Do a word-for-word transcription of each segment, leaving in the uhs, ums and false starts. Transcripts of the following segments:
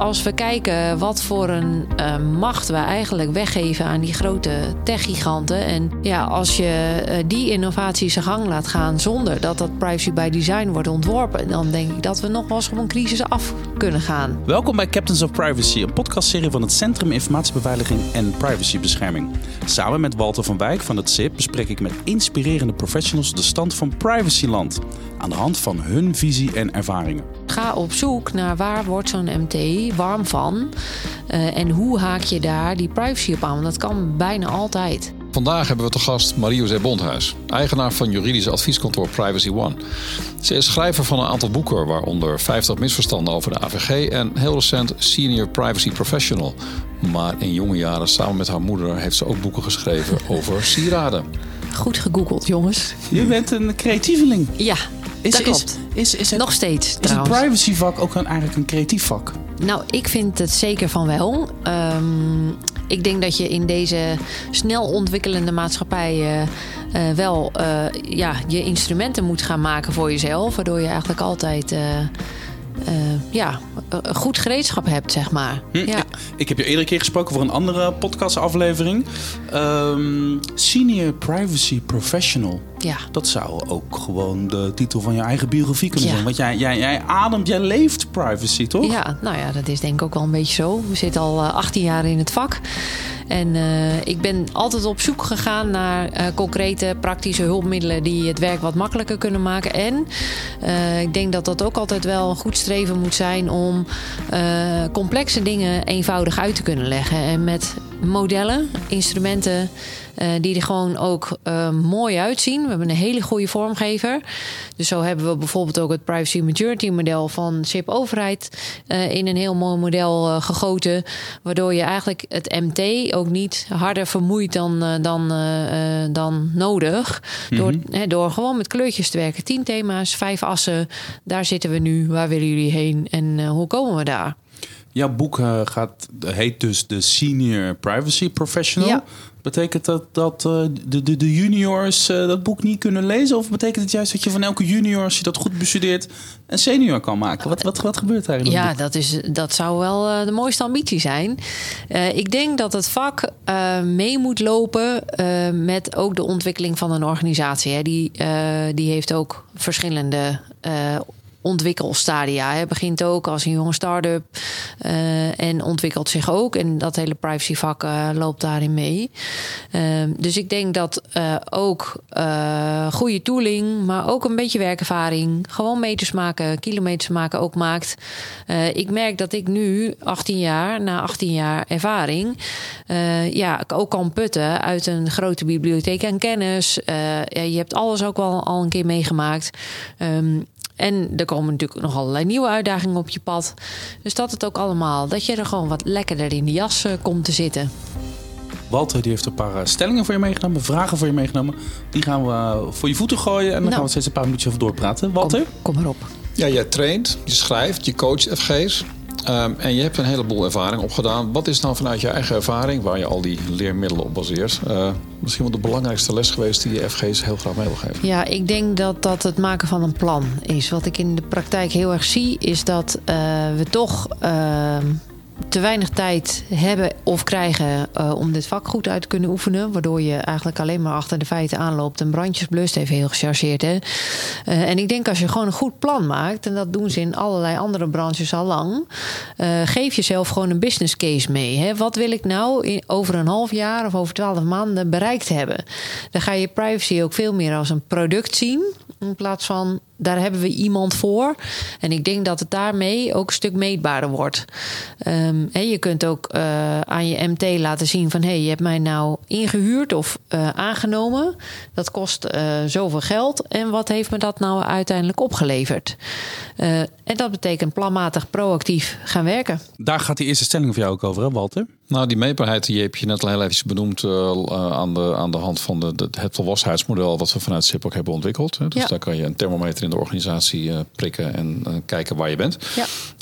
als we kijken wat voor een uh, macht we eigenlijk weggeven aan die grote techgiganten. En ja, als je uh, die innovatie zijn gang laat gaan zonder dat dat privacy by design wordt ontworpen, dan denk ik dat we nog wel eens op een crisis af kunnen gaan. Welkom bij Captains of Privacy, een podcastserie van het Centrum Informatiebeveiliging en Privacybescherming. Samen met Walter van Wijk van het C I P bespreek ik met inspirerende professionals de stand van privacyland aan de hand van hun visie en ervaringen. Ga op zoek naar waar wordt zo'n M T warm van uh, en hoe haak je daar die privacy op aan, want dat kan bijna altijd. Vandaag hebben we te gast Marie-José Bondhuis, eigenaar van juridisch advieskantoor Privacy One. Ze is schrijver van een aantal boeken, waaronder vijftig misverstanden over de A V G en heel recent Senior Privacy Professional. Maar in jonge jaren samen met haar moeder heeft ze ook boeken geschreven over sieraden. Goed gegoogeld, jongens. Je bent een creatieveling. Ja, is, dat klopt. Is, is, is het, Nog steeds, Is trouwens. het privacyvak ook een, eigenlijk een creatief vak? Nou, ik vind het zeker van wel. Um, ik denk dat je in deze snel ontwikkelende maatschappij uh, uh, wel uh, ja, je instrumenten moet gaan maken voor jezelf. Waardoor je eigenlijk altijd uh, uh, ja, een goed gereedschap hebt, zeg maar. Hm, ja. ik, ik heb je eerder keer gesproken voor een andere podcastaflevering. Um, Senior Privacy Professional. Ja. Dat zou ook gewoon de titel van je eigen biografie kunnen Ja. zijn. Want jij, jij, jij ademt, jij leeft privacy, toch? Ja, nou ja, dat is denk ik ook wel een beetje zo. We zitten al uh, achttien jaar in het vak. En uh, ik ben altijd op zoek gegaan naar uh, concrete praktische hulpmiddelen die het werk wat makkelijker kunnen maken. En uh, ik denk dat dat ook altijd wel een goed streven moet zijn om uh, complexe dingen eenvoudig uit te kunnen leggen. En met modellen, instrumenten uh, die er gewoon ook uh, mooi uitzien. We hebben een hele goede vormgever. Dus zo hebben we bijvoorbeeld ook het Privacy Maturity model van C I P Overheid uh, in een heel mooi model uh, gegoten. Waardoor je eigenlijk het M T ook niet harder vermoeit dan, uh, dan, uh, uh, dan nodig. Mm-hmm. Door, hè, door gewoon met kleurtjes te werken. Tien thema's, vijf assen. Daar zitten we nu. Waar willen jullie heen? En uh, hoe komen we daar? Jouw boek uh, gaat, heet dus de Senior Privacy Professional. Ja. Betekent dat dat uh, de, de, de juniors uh, dat boek niet kunnen lezen? Of betekent het juist dat je van elke junior, als je dat goed bestudeert, een senior kan maken? Wat, wat, wat gebeurt daar in dat Ja, boek? dat, is, dat zou wel uh, de mooiste ambitie zijn. Uh, ik denk dat het vak uh, mee moet lopen uh, met ook de ontwikkeling van een organisatie. Hè. Die, uh, die heeft ook verschillende uh, ontwikkelstadia. Hij begint ook als een jonge start-up uh, en ontwikkelt zich ook. En dat hele privacyvak uh, loopt daarin mee. Uh, dus ik denk dat uh, ook uh, goede tooling, maar ook een beetje werkervaring, gewoon meters maken, kilometers maken ook maakt. Uh, ik merk dat ik nu achttien jaar, na achttien jaar ervaring, uh, ja, ook kan putten uit een grote bibliotheek aan kennis. Uh, ja, je hebt alles ook wel al een keer meegemaakt. Um, En er komen natuurlijk nog allerlei nieuwe uitdagingen op je pad. Dus dat het ook allemaal, dat je er gewoon wat lekkerder in de jas uh, komt te zitten. Walter die heeft een paar stellingen voor je meegenomen, vragen voor je meegenomen. Die gaan we uh, voor je voeten gooien en dan nou. gaan we steeds een paar minuutjes over doorpraten. Walter? Kom, kom maar op. Ja, jij traint, je schrijft, je coacht F G's. Um, en je hebt een heleboel ervaring opgedaan. Wat is nou vanuit je eigen ervaring, waar je al die leermiddelen op baseert, Uh, misschien wel de belangrijkste les geweest die je F G's heel graag mee wil geven? Ja, ik denk dat dat het maken van een plan is. Wat ik in de praktijk heel erg zie, is dat uh, we toch Uh, te weinig tijd hebben of krijgen uh, om dit vak goed uit te kunnen oefenen. Waardoor je eigenlijk alleen maar achter de feiten aanloopt en brandjes blust. Even heel gechargeerd, hè. Uh, en ik denk als je gewoon een goed plan maakt, en dat doen ze in allerlei andere branches al lang, uh, geef jezelf gewoon een business case mee. Hè. Wat wil ik nou in, over een half jaar of over twaalf maanden bereikt hebben? Dan ga je privacy ook veel meer als een product zien, in plaats van daar hebben we iemand voor. En ik denk dat het daarmee ook een stuk meetbaarder wordt. Um, he, je kunt ook uh, aan je M T laten zien van, hé, hey, je hebt mij nou ingehuurd of uh, aangenomen. Dat kost uh, zoveel geld. En wat heeft me dat nou uiteindelijk opgeleverd? Uh, en dat betekent planmatig proactief gaan werken. Daar gaat die eerste stelling voor jou ook over, hè, Walter? Nou, die meetbaarheid die heb je net al heel even benoemd uh, aan, de, aan de hand van de, de, het volwassenheidsmodel wat we vanuit C I P ook hebben ontwikkeld. Hè. Dus ja. Daar kan je een thermometer in de organisatie uh, prikken en uh, kijken waar je bent. Ja.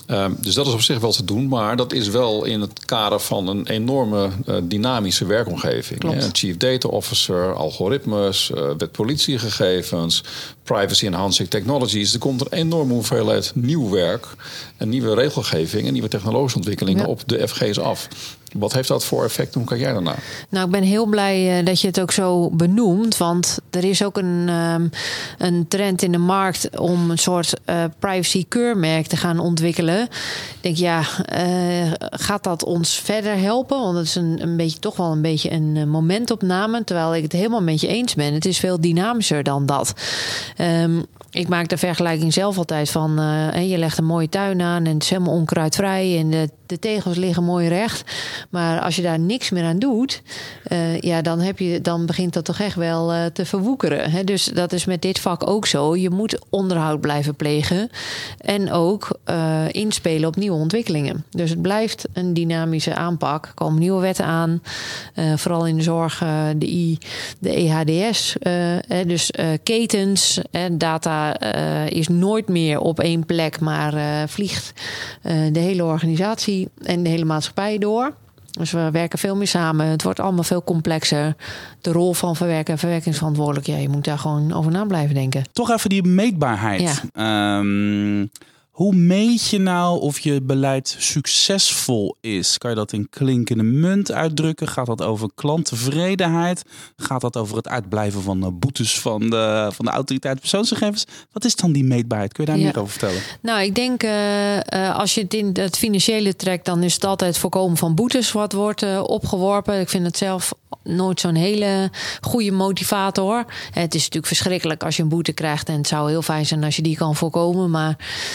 Uh, dus dat is op zich wel te doen. Maar dat is wel in het kader van een enorme uh, dynamische werkomgeving. Hè? Chief Data Officer, algoritmes, uh, wet politiegegevens, privacy enhancing technologies. Er komt een enorme hoeveelheid nieuw werk en nieuwe regelgeving en nieuwe technologische ontwikkelingen ja. op de F G's af. Wat heeft dat voor effect? Hoe kijk jij daarna? Nou, ik ben heel blij uh, dat je het ook zo benoemt. Want er is ook een, um, een trend in de markt om een soort uh, privacy-keurmerk te gaan ontwikkelen. Ik denk, ja, uh, gaat dat ons verder helpen? Want het is een, een beetje, toch wel een beetje een momentopname. Terwijl ik het helemaal met je eens ben. Het is veel dynamischer dan dat. Um, Ik maak de vergelijking zelf altijd van... Uh, je legt een mooie tuin aan en het is helemaal onkruidvrij... en de, de tegels liggen mooi recht. Maar als je daar niks meer aan doet... Uh, ja, dan, heb je, dan begint dat toch echt wel uh, te verwoekeren. Hè? Dus dat is met dit vak ook zo. Je moet onderhoud blijven plegen... en ook uh, inspelen op nieuwe ontwikkelingen. Dus het blijft een dynamische aanpak. Er komen nieuwe wetten aan. Uh, vooral in de zorg, uh, de, I, de E H D S. Uh, eh, dus uh, ketens en data... Uh, is nooit meer op één plek, maar uh, vliegt uh, de hele organisatie en de hele maatschappij door. Dus we werken veel meer samen. Het wordt allemaal veel complexer. De rol van verwerken en verwerkingsverantwoordelijk. Ja, je moet daar gewoon over na blijven denken. Toch even die meetbaarheid. Ja. Um, hoe meet je nou of je beleid succesvol is? Kan je dat in klinkende munt uitdrukken? Gaat dat over klanttevredenheid? Gaat dat over het uitblijven van boetes van de, van de autoriteit persoonsgegevens? Wat is dan die meetbaarheid? Kun je daar ja. meer over vertellen? Nou, ik denk uh, uh, als je het in het financiële trekt... dan is het altijd voorkomen van boetes wat wordt uh, opgeworpen. Ik vind het zelf nooit zo'n hele goede motivator. Het is natuurlijk verschrikkelijk als je een boete krijgt... en het zou heel fijn zijn als je die kan voorkomen. Maar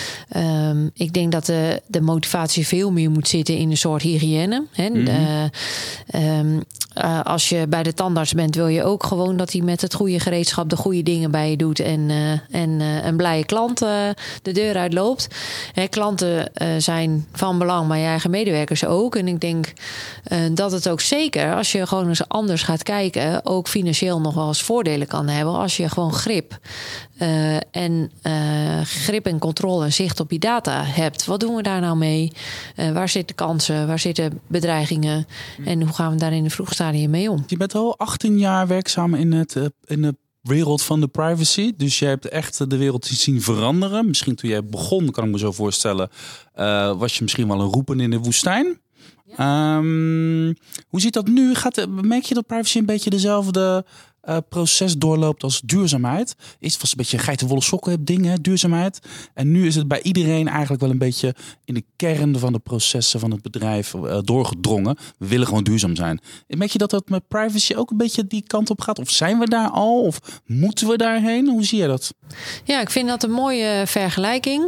um, ik denk dat de, de motivatie veel meer moet zitten in een soort hygiëne. Hè? Mm-hmm. Uh, um, uh, als je bij de tandarts bent, wil je ook gewoon dat hij met het goede gereedschap de goede dingen bij je doet en, uh, en uh, een blije klant uh, de deur uitloopt. Hè, klanten uh, zijn van belang, maar je eigen medewerkers ook. En ik denk uh, dat het ook zeker, als je gewoon eens anders gaat kijken, ook financieel nog wel eens voordelen kan hebben als je gewoon grip uh, en uh, grip en controle en zicht op je data hebt. Wat doen we daar nou mee? Uh, waar zitten kansen? Waar zitten bedreigingen? En hoe gaan we daar in de vroeg stadium mee om? Je bent al achttien jaar werkzaam in het in de wereld van de privacy. Dus je hebt echt de wereld zien veranderen. Misschien toen jij begon, kan ik me zo voorstellen, uh, was je misschien wel een roepen in de woestijn. Ja. Um, hoe ziet dat nu? Gaat, merk je dat privacy een beetje dezelfde uh, proces doorloopt als duurzaamheid? Eerst was het een beetje geitenwolle sokken dingen, hè, duurzaamheid. En nu is het bij iedereen eigenlijk wel een beetje in de kern van de processen van het bedrijf uh, doorgedrongen. We willen gewoon duurzaam zijn. Merk je dat dat met privacy ook een beetje die kant op gaat? Of zijn we daar al? Of moeten we daarheen? Hoe zie je dat? Ja, ik vind dat een mooie vergelijking.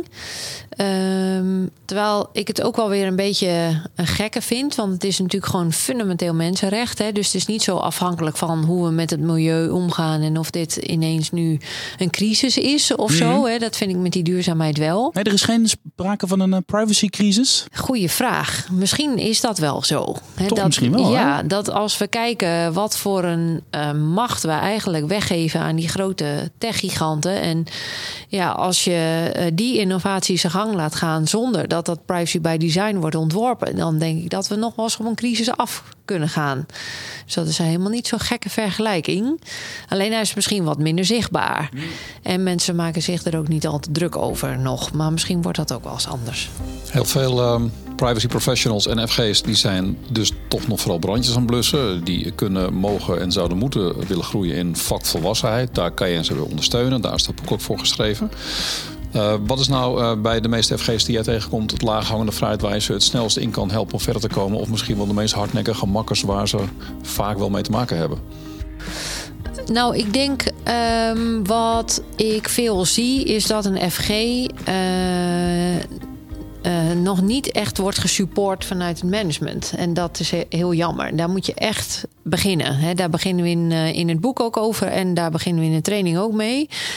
Um, terwijl ik het ook wel weer een beetje een gekke vind. Want het is natuurlijk gewoon fundamenteel mensenrecht. Hè? Dus het is niet zo afhankelijk van hoe we met het milieu omgaan. En of dit ineens nu een crisis is of mm-hmm. zo. Hè? Dat vind ik met die duurzaamheid wel. Nee, er is geen sprake van een uh, privacycrisis? Goeie vraag. Misschien is dat wel zo. Hè? Toch dat, misschien wel, Ja, hè? Dat als we kijken wat voor een uh, macht we eigenlijk weggeven aan die grote techgiganten. En ja, als je uh, die innovatie zijn gang laat gaan zonder dat dat privacy by design wordt ontworpen, dan denk ik dat we nog wel eens op een crisis af kunnen gaan. Dus dat is helemaal niet zo'n gekke vergelijking. Alleen hij is misschien wat minder zichtbaar. Mm. En mensen maken zich er ook niet al te druk over nog. Maar misschien wordt dat ook wel eens anders. Heel veel um, privacy professionals en F G's die zijn dus toch nog vooral brandjes aan blussen. Die kunnen, mogen en zouden moeten willen groeien in vakvolwassenheid. Daar kan je ze ondersteunen. Daar is dat boek ook voor geschreven. Uh, wat is nou uh, bij de meeste F G's die jij tegenkomt het laaghangende fruit waar je ze het snelste in kan helpen om verder te komen? Of misschien wel de meest hardnekkige makkers waar ze vaak wel mee te maken hebben? Nou, ik denk um, wat ik veel zie is dat een F G uh, Uh, nog niet echt wordt gesupport vanuit het management. En dat is heel jammer. Daar moet je echt beginnen. Hè. Daar beginnen we in, uh, in het boek ook over. En daar beginnen we in de training ook mee.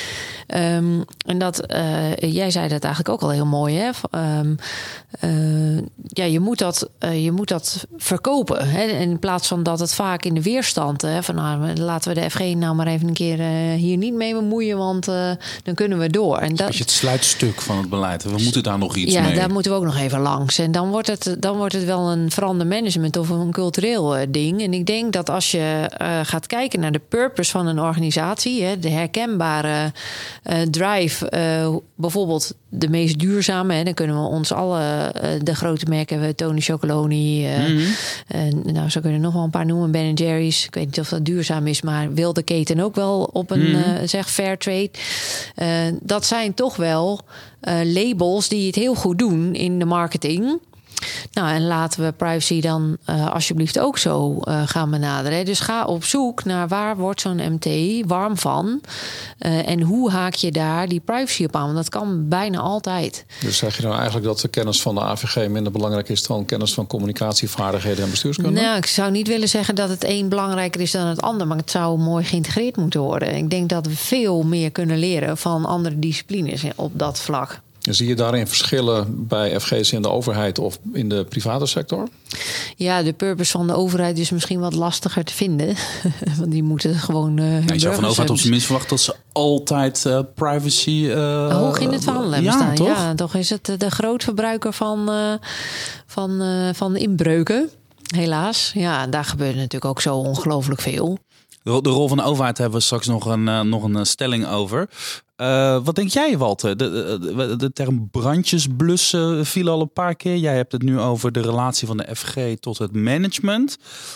Um, en dat, uh, jij zei dat eigenlijk ook al heel mooi, hè? Um, uh, ja, je moet dat, uh, je moet dat verkopen. Hè? In plaats van dat het vaak in de weerstand, hè, van nou, laten we de F G nou maar even een keer uh, hier niet mee bemoeien, want uh, dan kunnen we door. En dat is het sluitstuk van het beleid. We moeten daar nog iets ja, mee. Ja, daar moeten we ook nog even langs. En dan wordt het, dan wordt het wel een verander management of een cultureel uh, ding. En ik denk dat als je uh, gaat kijken naar de purpose van een organisatie, hè, de herkenbare uh, drive, uh, bijvoorbeeld de meest duurzame, hè, dan kunnen we ons alle uh, de grote merken, Tony Chocoloni, uh, mm-hmm. uh, nou, zo kunnen we nog wel een paar noemen, Ben en Jerry's. Ik weet niet of dat duurzaam is, maar wil de keten ook wel op een mm-hmm. uh, zeg fair trade. Uh, dat zijn toch wel uh, labels die het heel goed doen in de marketing. Nou, en laten we privacy dan uh, alsjeblieft ook zo uh, gaan benaderen. Dus ga op zoek naar waar wordt zo'n M T warm van. Uh, en hoe haak je daar die privacy op aan? Want dat kan bijna altijd. Dus zeg je nou eigenlijk dat de kennis van de A V G minder belangrijk is dan kennis van communicatievaardigheden en bestuurskunde? Nou, ik zou niet willen zeggen dat het een belangrijker is dan het ander. Maar het zou mooi geïntegreerd moeten worden. Ik denk dat we veel meer kunnen leren van andere disciplines op dat vlak. Zie je daarin verschillen bij F G's in de overheid of in de private sector? Ja, de purpose van de overheid is misschien wat lastiger te vinden. Want die moeten gewoon... Uh, ja, je zou van de overheid op zijn minst verwachten dat ze altijd uh, privacy... Uh, hoog in het vaandel hebben ja, staan. Toch? Ja, toch is het de grootverbruiker van, uh, van, uh, van inbreuken. Helaas. Ja, daar gebeurt natuurlijk ook zo ongelooflijk veel. De, de rol van de overheid hebben we straks nog een, uh, nog een stelling over. Uh, wat denk jij, Walter? De, de, de term brandjes blussen viel al een paar keer. Jij hebt het nu over de relatie van de F G tot het management.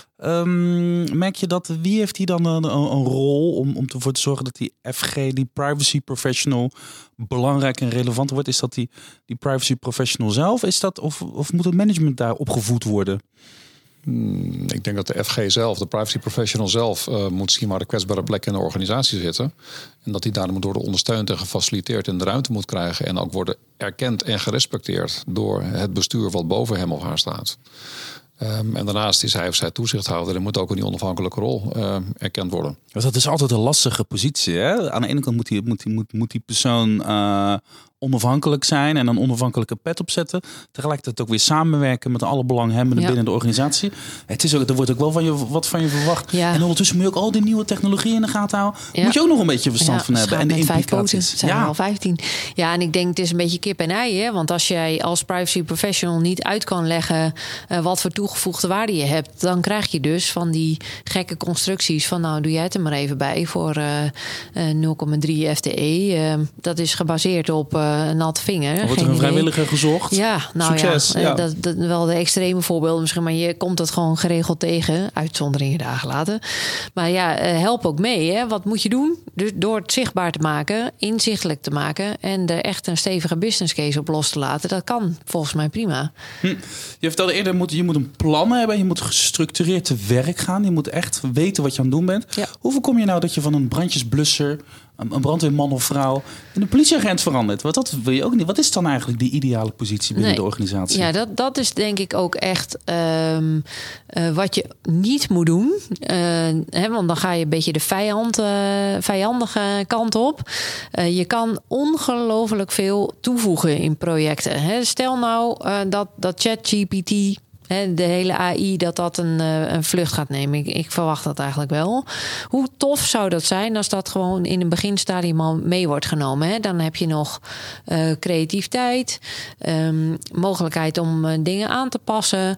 Um, merk je dat, wie heeft hier dan een, een rol om, om ervoor te zorgen dat die F G, die privacy professional, belangrijk en relevant wordt? Is dat die, die privacy professional zelf? Is dat, of, of moet het management daar opgevoed worden? Ik denk dat de F G zelf, de privacy professional zelf, uh, moet zien waar de kwetsbare plekken in de organisatie zitten. En dat die daar moet worden ondersteund en gefaciliteerd in de ruimte moet krijgen. En ook worden erkend en gerespecteerd door het bestuur wat boven hem of haar staat. Um, en daarnaast is hij of zij toezichthouder en moet ook in die onafhankelijke rol uh, erkend worden. Dat is altijd een lastige positie. Hè? Aan de ene kant moet die, moet die, moet, moet die persoon uh, onafhankelijk zijn en een onafhankelijke pet opzetten. Tegelijkertijd ook weer samenwerken met alle belanghebbenden ja. binnen de organisatie. Het is ook, er wordt ook wel van je, wat van je verwacht. Ja. En ondertussen moet je ook al die nieuwe technologieën in de gaten houden. Ja. Moet je ook nog een beetje verstand ja, van hebben. En de implicaties. Het zijn ja. er al vijftien. Ja, en ik denk het is een beetje kip en ei. Hè? Want als jij als privacy professional niet uit kan leggen uh, wat voor toegevoegde waarde je hebt, dan krijg je dus van die gekke constructies van nou doe jij het er maar even bij voor uh, uh, nul komma drie F T E. Uh, dat is gebaseerd op uh, een nat vinger. Dan wordt er een vrijwilliger gezocht. Ja, nou Succes, ja, ja. Dat, dat wel de extreme voorbeelden misschien, maar je komt het gewoon geregeld tegen. Uitzonderingen daar gelaten. Maar ja, help ook mee. Hè? Wat moet je doen? Dus door het zichtbaar te maken, inzichtelijk te maken en er echt een stevige business case op los te laten. Dat kan volgens mij prima. Hm. Je vertelde eerder, je moet een plan hebben. Je moet gestructureerd te werk gaan. Je moet echt weten wat je aan het doen bent. Ja. Hoe voorkom je nou dat je van een brandjesblusser, een brandweerman of vrouw, in een politieagent verandert? Want dat wil je ook niet. Wat is dan eigenlijk die ideale positie binnen nee. de organisatie? Ja, dat, dat is denk ik ook echt um, uh, wat je niet moet doen. Uh, hè, want dan ga je een beetje de vijand, uh, vijandige kant op. Uh, je kan ongelooflijk veel toevoegen in projecten. Hè. Stel nou uh, dat, dat ChatGPT, de hele A I, dat dat een, een vlucht gaat nemen. Ik, ik verwacht dat eigenlijk wel. Hoe tof zou dat zijn als dat gewoon in een beginstadium al mee wordt genomen? Hè? Dan heb je nog uh, creativiteit, um, mogelijkheid om uh, dingen aan te passen.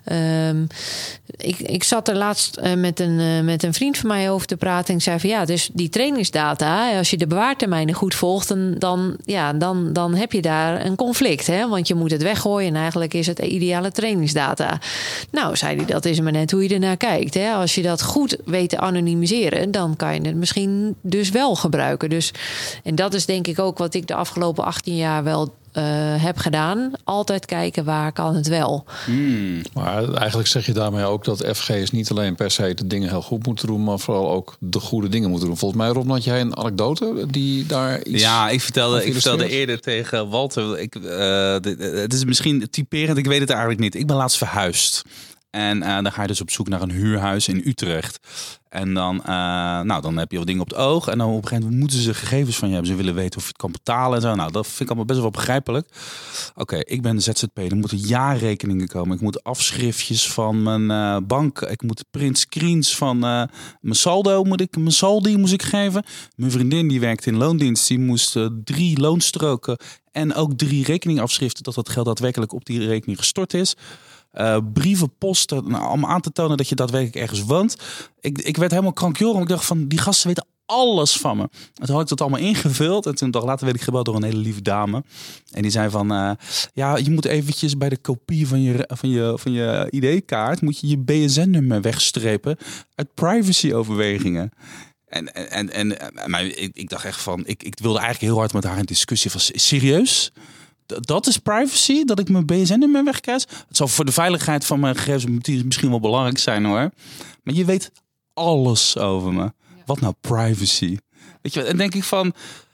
Um, ik, ik zat er laatst uh, met, een, uh, met een vriend van mij over te praten. En ik zei van ja, dus die trainingsdata, als je de bewaartermijnen goed volgt, dan, dan, ja, dan, dan heb je daar een conflict. Hè? Want je moet het weggooien en eigenlijk is het ideale trainingsdata. Nou, zei hij, dat is maar net hoe je ernaar kijkt. Hè? Als je dat goed weet te anonimiseren, dan kan je het misschien dus wel gebruiken. Dus, en dat is denk ik ook wat ik de afgelopen achttien jaar wel uh, heb gedaan. Altijd kijken, waar kan het wel. Hmm. Maar eigenlijk zeg je daarmee ook dat F G's niet alleen per se de dingen heel goed moeten doen, maar vooral ook de goede dingen moeten doen. Volgens mij, Rob, had jij een anekdote die daar iets... Ja, ik vertelde, ik vertelde eerder tegen Walter, ik, uh, het is misschien typerend, ik weet het eigenlijk niet. Ik ben laatst verhuisd. En uh, dan ga je dus op zoek naar een huurhuis in Utrecht. En dan, uh, nou, dan heb je wat dingen op het oog. En dan op een gegeven moment moeten ze gegevens van je hebben. Ze willen weten of je het kan betalen en zo. Nou, dat vind ik allemaal best wel begrijpelijk. Oké, okay, ik ben de Z Z P. Er moeten jaarrekeningen komen. Ik moet afschriftjes van mijn uh, bank. Ik moet print screens van uh, mijn saldo. Moet ik, mijn saldi moest ik geven. Mijn vriendin die werkt in loondienst. Die moest uh, drie loonstroken en ook drie rekeningafschriften. Dat dat geld daadwerkelijk op die rekening gestort is. Uh, brieven, posten, nou, om aan te tonen dat je daadwerkelijk ergens woont. Ik, ik werd helemaal krankjoren. Ik dacht van, die gasten weten alles van me. En toen had ik dat allemaal ingevuld. En toen dag later werd ik gebeld door een hele lieve dame. En die zei van, uh, ja, je moet eventjes bij de kopie van je, van je, van je I D-kaart... moet je je B S N-nummer wegstrepen uit privacy-overwegingen. En, en, en, en maar ik, ik dacht echt van, ik, ik wilde eigenlijk heel hard met haar in discussie van, serieus? Dat is privacy? Dat ik mijn B S N-nummer wegkrijg? Het zal voor de veiligheid van mijn gegevens misschien wel belangrijk zijn hoor. Maar je weet alles over me. Ja. Wat nou privacy? Weet je, en denk ik van,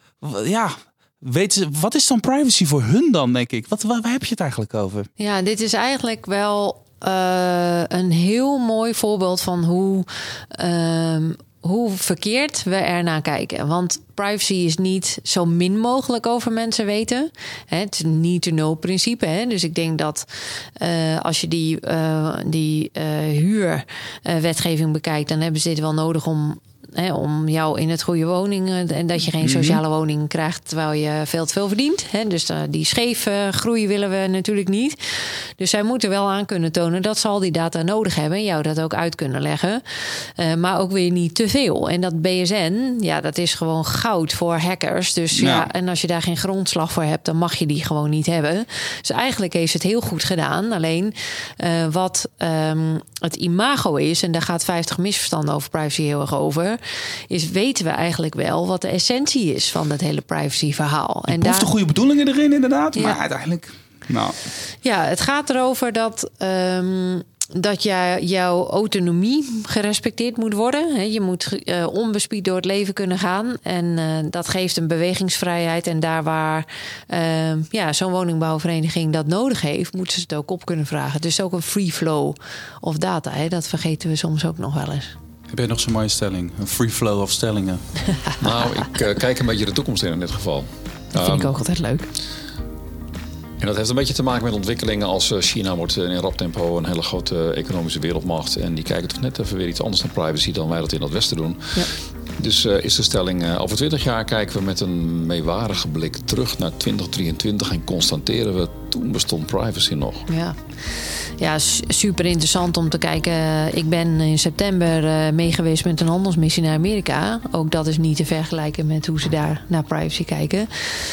ja, weet ze, wat is dan privacy voor hun dan, denk ik? Wat, waar, waar heb je het eigenlijk over? Ja, dit is eigenlijk wel uh, een heel mooi voorbeeld van hoe... Uh, hoe verkeerd we ernaar kijken. Want privacy is niet zo min mogelijk over mensen weten. Het is een need-to-know-principe. Hè? Dus ik denk dat uh, als je die, uh, die uh, huurwetgeving uh, bekijkt... dan hebben ze dit wel nodig om... He, om jou in het goede woning en dat je geen sociale woning krijgt terwijl je veel te veel verdient. He, dus uh, die scheeve groei willen we natuurlijk niet. Dus zij moeten wel aan kunnen tonen dat ze al die data nodig hebben en jou dat ook uit kunnen leggen. Uh, maar ook weer niet te veel. En dat B S N, ja, dat is gewoon goud voor hackers. Dus ja. ja, en als je daar geen grondslag voor hebt, dan mag je die gewoon niet hebben. Dus eigenlijk heeft het heel goed gedaan. Alleen uh, wat um, het imago is, en daar gaat vijftig misverstanden over privacy heel erg over, is weten we eigenlijk wel wat de essentie is van dat hele privacy verhaal. En daar de goede bedoelingen erin inderdaad, ja. Maar uiteindelijk, nou. Ja, het gaat erover dat um, dat jij, jouw autonomie gerespecteerd moet worden. Je moet uh, onbespied door het leven kunnen gaan. En uh, dat geeft een bewegingsvrijheid. En daar waar uh, ja, zo'n woningbouwvereniging dat nodig heeft, moeten ze het ook op kunnen vragen. Dus ook een free flow of data. Hè? Dat vergeten we soms ook nog wel eens. Heb jij nog zo'n mooie stelling? Een free flow of stellingen? Nou, ik uh, kijk een beetje de toekomst in in dit geval. Dat vind um, ik ook altijd leuk. En dat heeft een beetje te maken met ontwikkelingen als China wordt in rap tempo een hele grote economische wereldmacht. En die kijken toch net even weer iets anders naar privacy dan wij dat in het Westen doen. Ja. Dus uh, is de stelling, uh, over twintig jaar kijken we met een meewarige blik terug naar twintig drieëntwintig en constateren we, toen bestond privacy nog. Ja. Ja, super interessant om te kijken. Ik ben in september uh, meegeweest met een handelsmissie naar Amerika. Ook dat is niet te vergelijken met hoe ze daar naar privacy kijken.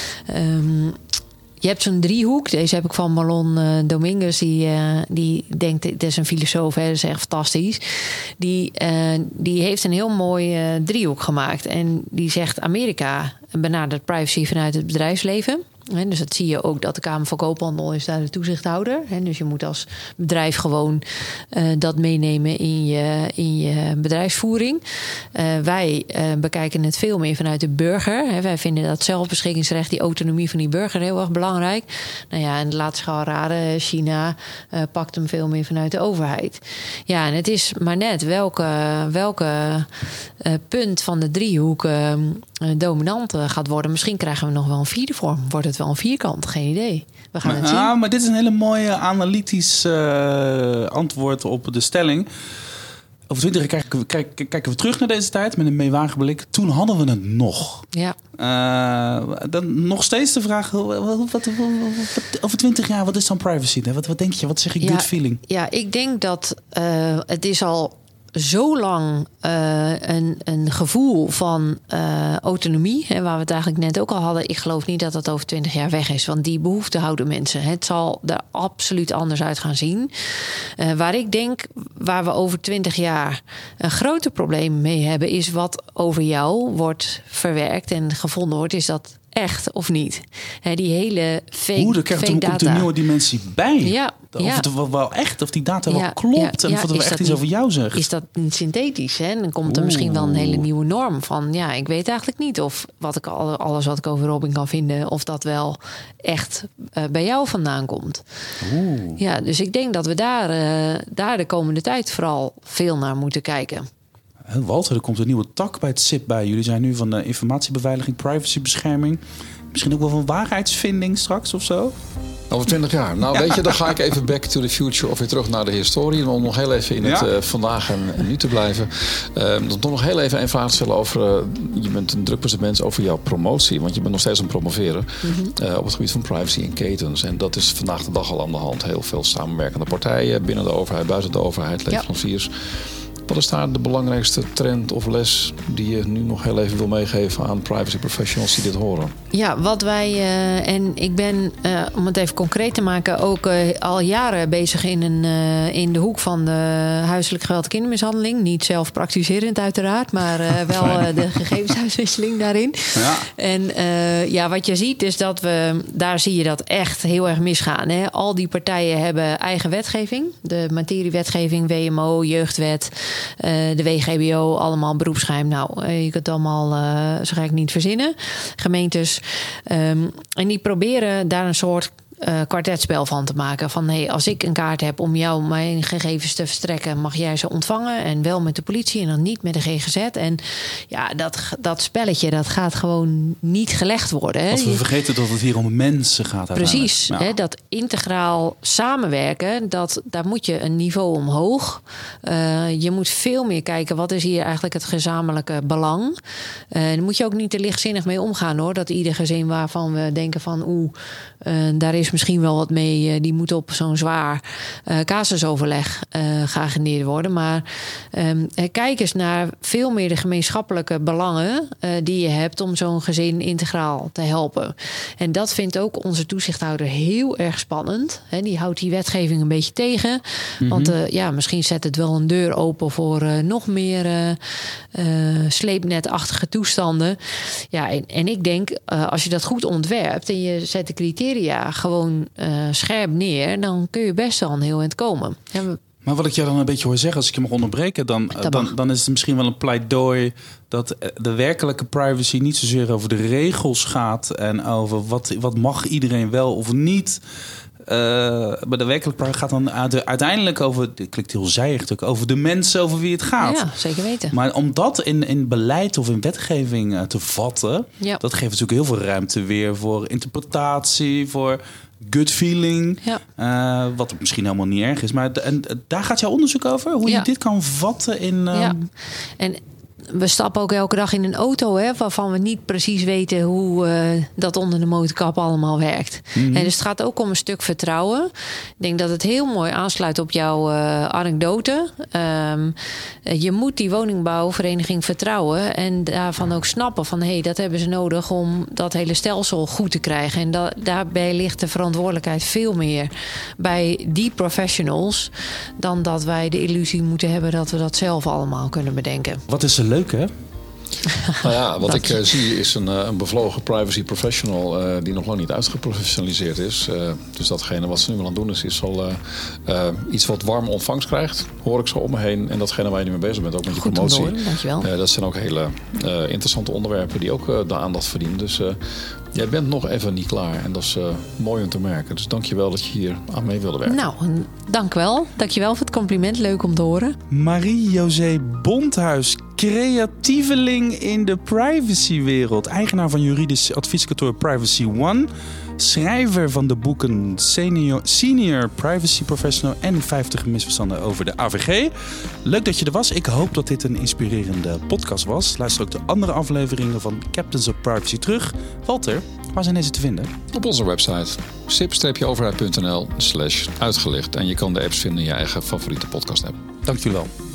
Um, Je hebt zo'n driehoek. Deze heb ik van Marlon uh, Dominguez. Die, uh, die denkt, dit is een filosoof, hè, dat is echt fantastisch. Die, uh, die heeft een heel mooi uh, driehoek gemaakt. En die zegt, Amerika benadert privacy vanuit het bedrijfsleven. He, dus dat zie je ook, dat de Kamer van Koophandel is daar de toezichthouder. He, dus je moet als bedrijf gewoon uh, dat meenemen in je, in je bedrijfsvoering. Uh, wij uh, bekijken het veel meer vanuit de burger. He, wij vinden dat zelfbeschikkingsrecht, die autonomie van die burger heel erg belangrijk. Nou ja, en laat zich al raden, China uh, pakt hem veel meer vanuit de overheid. Ja, en het is maar net welke, welke uh, punt van de driehoek uh, dominant uh, gaat worden. Misschien krijgen we nog wel een vierde vorm. Wordt het wel een vierkant? Geen idee. We gaan maar, het zien. Ah, maar dit is een hele mooie analytisch uh, antwoord op de stelling. Over twintig jaar kijken we, kijken, kijken we terug naar deze tijd met een meewarige blik. Toen hadden we het nog. Ja. Uh, dan nog steeds de vraag, wat, wat, wat, wat, over twintig jaar, wat is dan privacy? Wat, wat denk je? Wat zeg je, ja, good feeling? Ja, ik denk dat uh, het is al zo lang uh, een, een gevoel van uh, autonomie, hè, waar we het eigenlijk net ook al hadden. Ik geloof niet dat dat over twintig jaar weg is, want die behoefte houden mensen. Het zal er absoluut anders uit gaan zien. Uh, waar ik denk, waar we over twintig jaar een groter probleem mee hebben, is wat over jou wordt verwerkt en gevonden wordt, is dat echt of niet? He, die hele fake, Hoe, er krijgt fake data. Komt er een nieuwe dimensie bij. Ja, of ja. het wel, wel echt, of die data ja, wel klopt. Ja, en ja, of het wel echt iets niet, over jou zegt. Is dat niet synthetisch? Hè? Dan komt er misschien wel een hele nieuwe norm van, ja, ik weet eigenlijk niet of wat ik alles wat ik over Robin kan vinden, of dat wel echt uh, bij jou vandaan komt. Oeh. Ja, dus ik denk dat we daar, uh, daar de komende tijd vooral veel naar moeten kijken. Walter, er komt een nieuwe tak bij het S I P bij. Jullie zijn nu van de informatiebeveiliging, privacybescherming. Misschien ook wel van waarheidsvinding straks of zo? Over twintig jaar. Nou, ja. weet je, dan ga ik even back to the future of weer terug naar de historie. Om nog heel even in het ja. uh, vandaag en, en nu te blijven. Uh, dan toch nog heel even een vraag stellen over... Uh, je bent een druk mens over jouw promotie. Want je bent nog steeds aan het promoveren. Mm-hmm. Uh, op het gebied van privacy en ketens. En dat is vandaag de dag al aan de hand. Heel veel samenwerkende partijen binnen de overheid, buiten de overheid, leveranciers. Ja. Wat is daar de belangrijkste trend of les die je nu nog heel even wil meegeven aan privacy professionals die dit horen? Ja, wat wij, uh, en ik ben, uh, om het even concreet te maken, ook uh, al jaren bezig in, een, uh, in de hoek van de huiselijk geweld en kindermishandeling. Niet zelf praktiserend uiteraard, maar uh, wel uh, de gegevensuitwisseling daarin. Ja. En uh, ja, wat je ziet is dat we, daar zie je dat echt heel erg misgaan. Hè? Al die partijen hebben eigen wetgeving. De materiewetgeving, W M O, jeugdwet... Uh, de W G B O, allemaal beroepsgeheim. Nou, uh, je kunt het allemaal, uh, zo ga ik niet verzinnen. Gemeentes. Um, en die proberen daar een soort uh, kwartetspel van te maken. Van, hey, als ik een kaart heb om jou mijn gegevens te verstrekken, mag jij ze ontvangen. En wel met de politie en dan niet met de G G Z. En ja, dat, dat spelletje, dat gaat gewoon niet gelegd worden. Hè? Als we vergeten dat het hier om mensen gaat. Precies. Ja. Hè, dat integraal samenwerken, dat, daar moet je een niveau omhoog. Uh, je moet veel meer kijken, wat is hier eigenlijk het gezamenlijke belang. Uh, daar moet je ook niet te lichtzinnig mee omgaan, hoor. Dat ieder gezin waarvan we denken van, oeh, uh, daar is misschien wel wat mee. Uh, die moet op zo'n zwaar uh, casusoverleg uh, geagendeerd worden. Maar um, kijk eens naar veel meer de gemeenschappelijke belangen uh, die je hebt om zo'n gezin integraal te helpen. En dat vindt ook onze toezichthouder heel erg spannend. He, die houdt die wetgeving een beetje tegen. Mm-hmm. Want uh, ja, misschien zet het wel een deur open voor uh, nog meer uh, uh, sleepnetachtige toestanden. Ja, en, en ik denk, uh, als je dat goed ontwerpt en je zet de criteria gewoon uh, scherp neer, dan kun je best wel een heel eind komen. Ja, we... Maar wat ik jou dan een beetje hoor zeggen, als ik je mag onderbreken, dan, dan, dan is het misschien wel een pleidooi dat de werkelijke privacy niet zozeer over de regels gaat en over wat, wat mag iedereen wel of niet. Uh, maar de werkelijke privacy gaat dan uiteindelijk over, dit klinkt heel zijig natuurlijk, over de mensen over wie het gaat. Ja, zeker weten. Maar om dat in, in beleid of in wetgeving uh, te vatten, ja. dat geeft natuurlijk heel veel ruimte weer voor interpretatie, voor gut feeling, ja. uh, wat misschien helemaal niet erg is. Maar en, daar gaat jouw onderzoek over, hoe ja. je dit kan vatten in... Um... Ja, en we stappen ook elke dag in een auto, hè, waarvan we niet precies weten hoe uh, dat onder de motorkap allemaal werkt. Mm-hmm. En dus het gaat ook om een stuk vertrouwen. Ik denk dat het heel mooi aansluit op jouw uh, anekdote. Um, je moet die woningbouwvereniging vertrouwen en daarvan ook snappen van, hé, hey, dat hebben ze nodig om dat hele stelsel goed te krijgen. En da- daarbij ligt de verantwoordelijkheid veel meer bij die professionals dan dat wij de illusie moeten hebben dat we dat zelf allemaal kunnen bedenken. Wat is er leuk, hè? Nou ja, wat ik uh, zie is een, uh, een bevlogen privacy professional uh, die nog lang niet uitgeprofessionaliseerd is. Uh, dus datgene wat ze nu wel aan het doen is, is al uh, uh, iets wat warme ontvangst krijgt. Hoor ik zo om me heen. En datgene waar je nu mee bezig bent, ook met je Goed promotie. Goed dankjewel. Uh, dat zijn ook hele uh, interessante onderwerpen die ook uh, de aandacht verdienen. Dus uh, jij bent nog even niet klaar. En dat is uh, mooi om te merken. Dus dankjewel dat je hier aan mee wilde werken. Nou, dank wel. Dankjewel voor het compliment. Leuk om te horen. Marie-José Bondhuis, creatieveling in de privacywereld. Eigenaar van juridisch advieskantoor Privacy One. Schrijver van de boeken Senior, Senior Privacy Professional en vijftig misverstanden over de A V G. Leuk dat je er was. Ik hoop dat dit een inspirerende podcast was. Luister ook de andere afleveringen van Captains of Privacy terug. Walter, waar zijn deze te vinden? Op onze website sip-overheid.nl slash uitgelicht. En je kan de apps vinden in je eigen favoriete podcast app. Dank jullie wel.